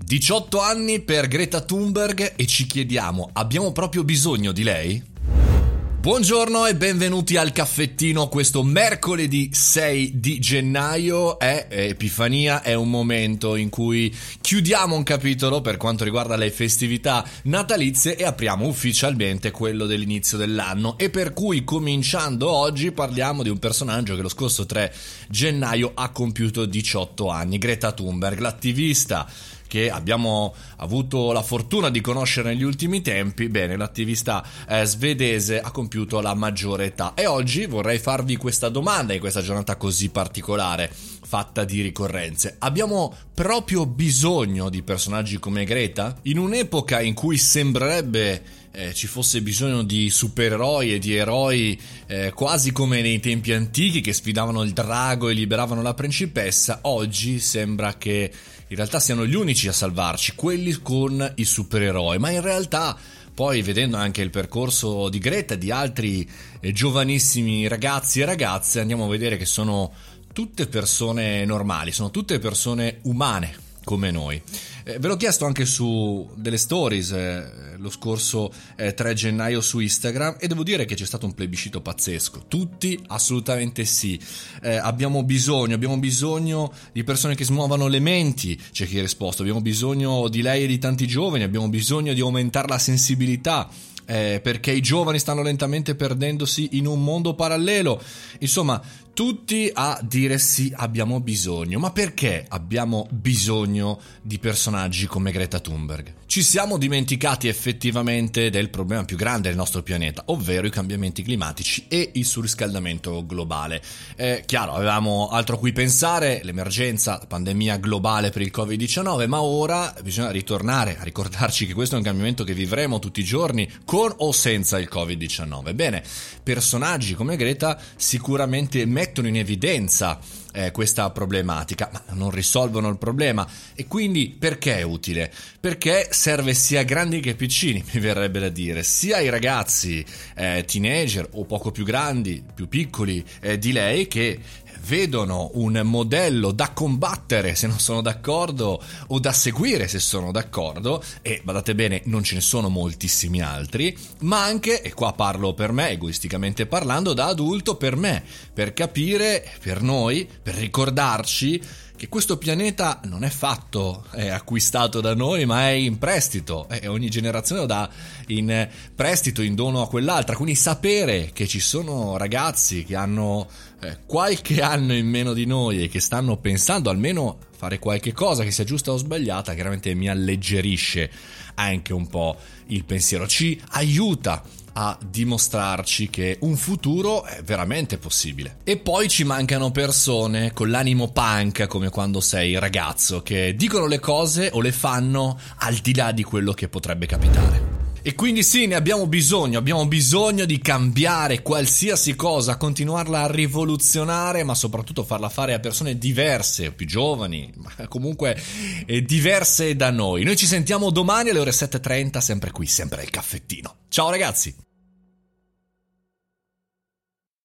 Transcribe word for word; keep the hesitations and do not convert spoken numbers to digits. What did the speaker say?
diciotto anni per Greta Thunberg e ci chiediamo, abbiamo proprio bisogno di lei? Buongiorno e benvenuti al caffettino. Questo mercoledì sei di gennaio è Epifania, è un momento in cui chiudiamo un capitolo per quanto riguarda le festività natalizie e apriamo ufficialmente quello dell'inizio dell'anno, e per cui cominciando oggi parliamo di un personaggio che lo scorso tre gennaio ha compiuto diciotto anni, Greta Thunberg, l'attivista che abbiamo avuto la fortuna di conoscere negli ultimi tempi. Bene, l'attivista eh, svedese ha compiuto la maggiore età e oggi vorrei farvi questa domanda in questa giornata così particolare, fatta di ricorrenze. Abbiamo proprio bisogno di personaggi come Greta? In un'epoca in cui sembrerebbe eh, ci fosse bisogno di supereroi e di eroi eh, quasi come nei tempi antichi che sfidavano il drago e liberavano la principessa, oggi sembra che in realtà siano gli unici a salvarci, quelli con i supereroi, ma in realtà poi vedendo anche il percorso di Greta e di altri eh, giovanissimi ragazzi e ragazze andiamo a vedere che sono tutte persone normali, sono tutte persone umane come noi. Eh, ve l'ho chiesto anche su delle stories eh, lo scorso eh, tre gennaio su Instagram e devo dire che c'è stato un plebiscito pazzesco. Tutti assolutamente sì. Eh, abbiamo bisogno, abbiamo bisogno di persone che smuovano le menti, c'è chi ha risposto. Abbiamo bisogno di lei e di tanti giovani, abbiamo bisogno di aumentare la sensibilità. Eh, perché i giovani stanno lentamente perdendosi in un mondo parallelo. Insomma, tutti a dire sì, abbiamo bisogno. Ma perché abbiamo bisogno di personaggi come Greta Thunberg? Ci siamo dimenticati effettivamente del problema più grande del nostro pianeta, ovvero i cambiamenti climatici e il surriscaldamento globale. Eh, chiaro, avevamo altro a cui pensare, l'emergenza, la pandemia globale per il covid diciannove, ma ora bisogna ritornare a ricordarci che questo è un cambiamento che vivremo tutti i giorni, con o senza il covid diciannove. Bene, personaggi come Greta sicuramente mettono in evidenza eh, questa problematica, ma non risolvono il problema. E quindi perché è utile? Perché serve sia a grandi che piccini, mi verrebbe da dire, sia ai ragazzi eh, teenager o poco più grandi, più piccoli eh, di lei, che vedono un modello da combattere se non sono d'accordo o da seguire se sono d'accordo, e badate bene non ce ne sono moltissimi altri, ma anche, e qua parlo per me, egoisticamente parlando, da adulto per me, per capire, per noi, per ricordarci che questo pianeta non è fatto, è acquistato da noi, ma è in prestito, e ogni generazione lo dà in prestito, in dono a quell'altra. Quindi sapere che ci sono ragazzi che hanno eh, qualche anno in meno di noi e che stanno pensando almeno fare qualche cosa che sia giusta o sbagliata, chiaramente mi alleggerisce anche un po' il pensiero, ci aiuta a dimostrarci che un futuro è veramente possibile. E poi ci mancano persone con l'animo punk, come quando sei ragazzo, che dicono le cose o le fanno al di là di quello che potrebbe capitare. E quindi sì, ne abbiamo bisogno, abbiamo bisogno di cambiare qualsiasi cosa, continuarla a rivoluzionare, ma soprattutto farla fare a persone diverse, più giovani, ma comunque eh, diverse da noi. Noi ci sentiamo domani alle ore sette e trenta, sempre qui, sempre al caffettino. Ciao ragazzi!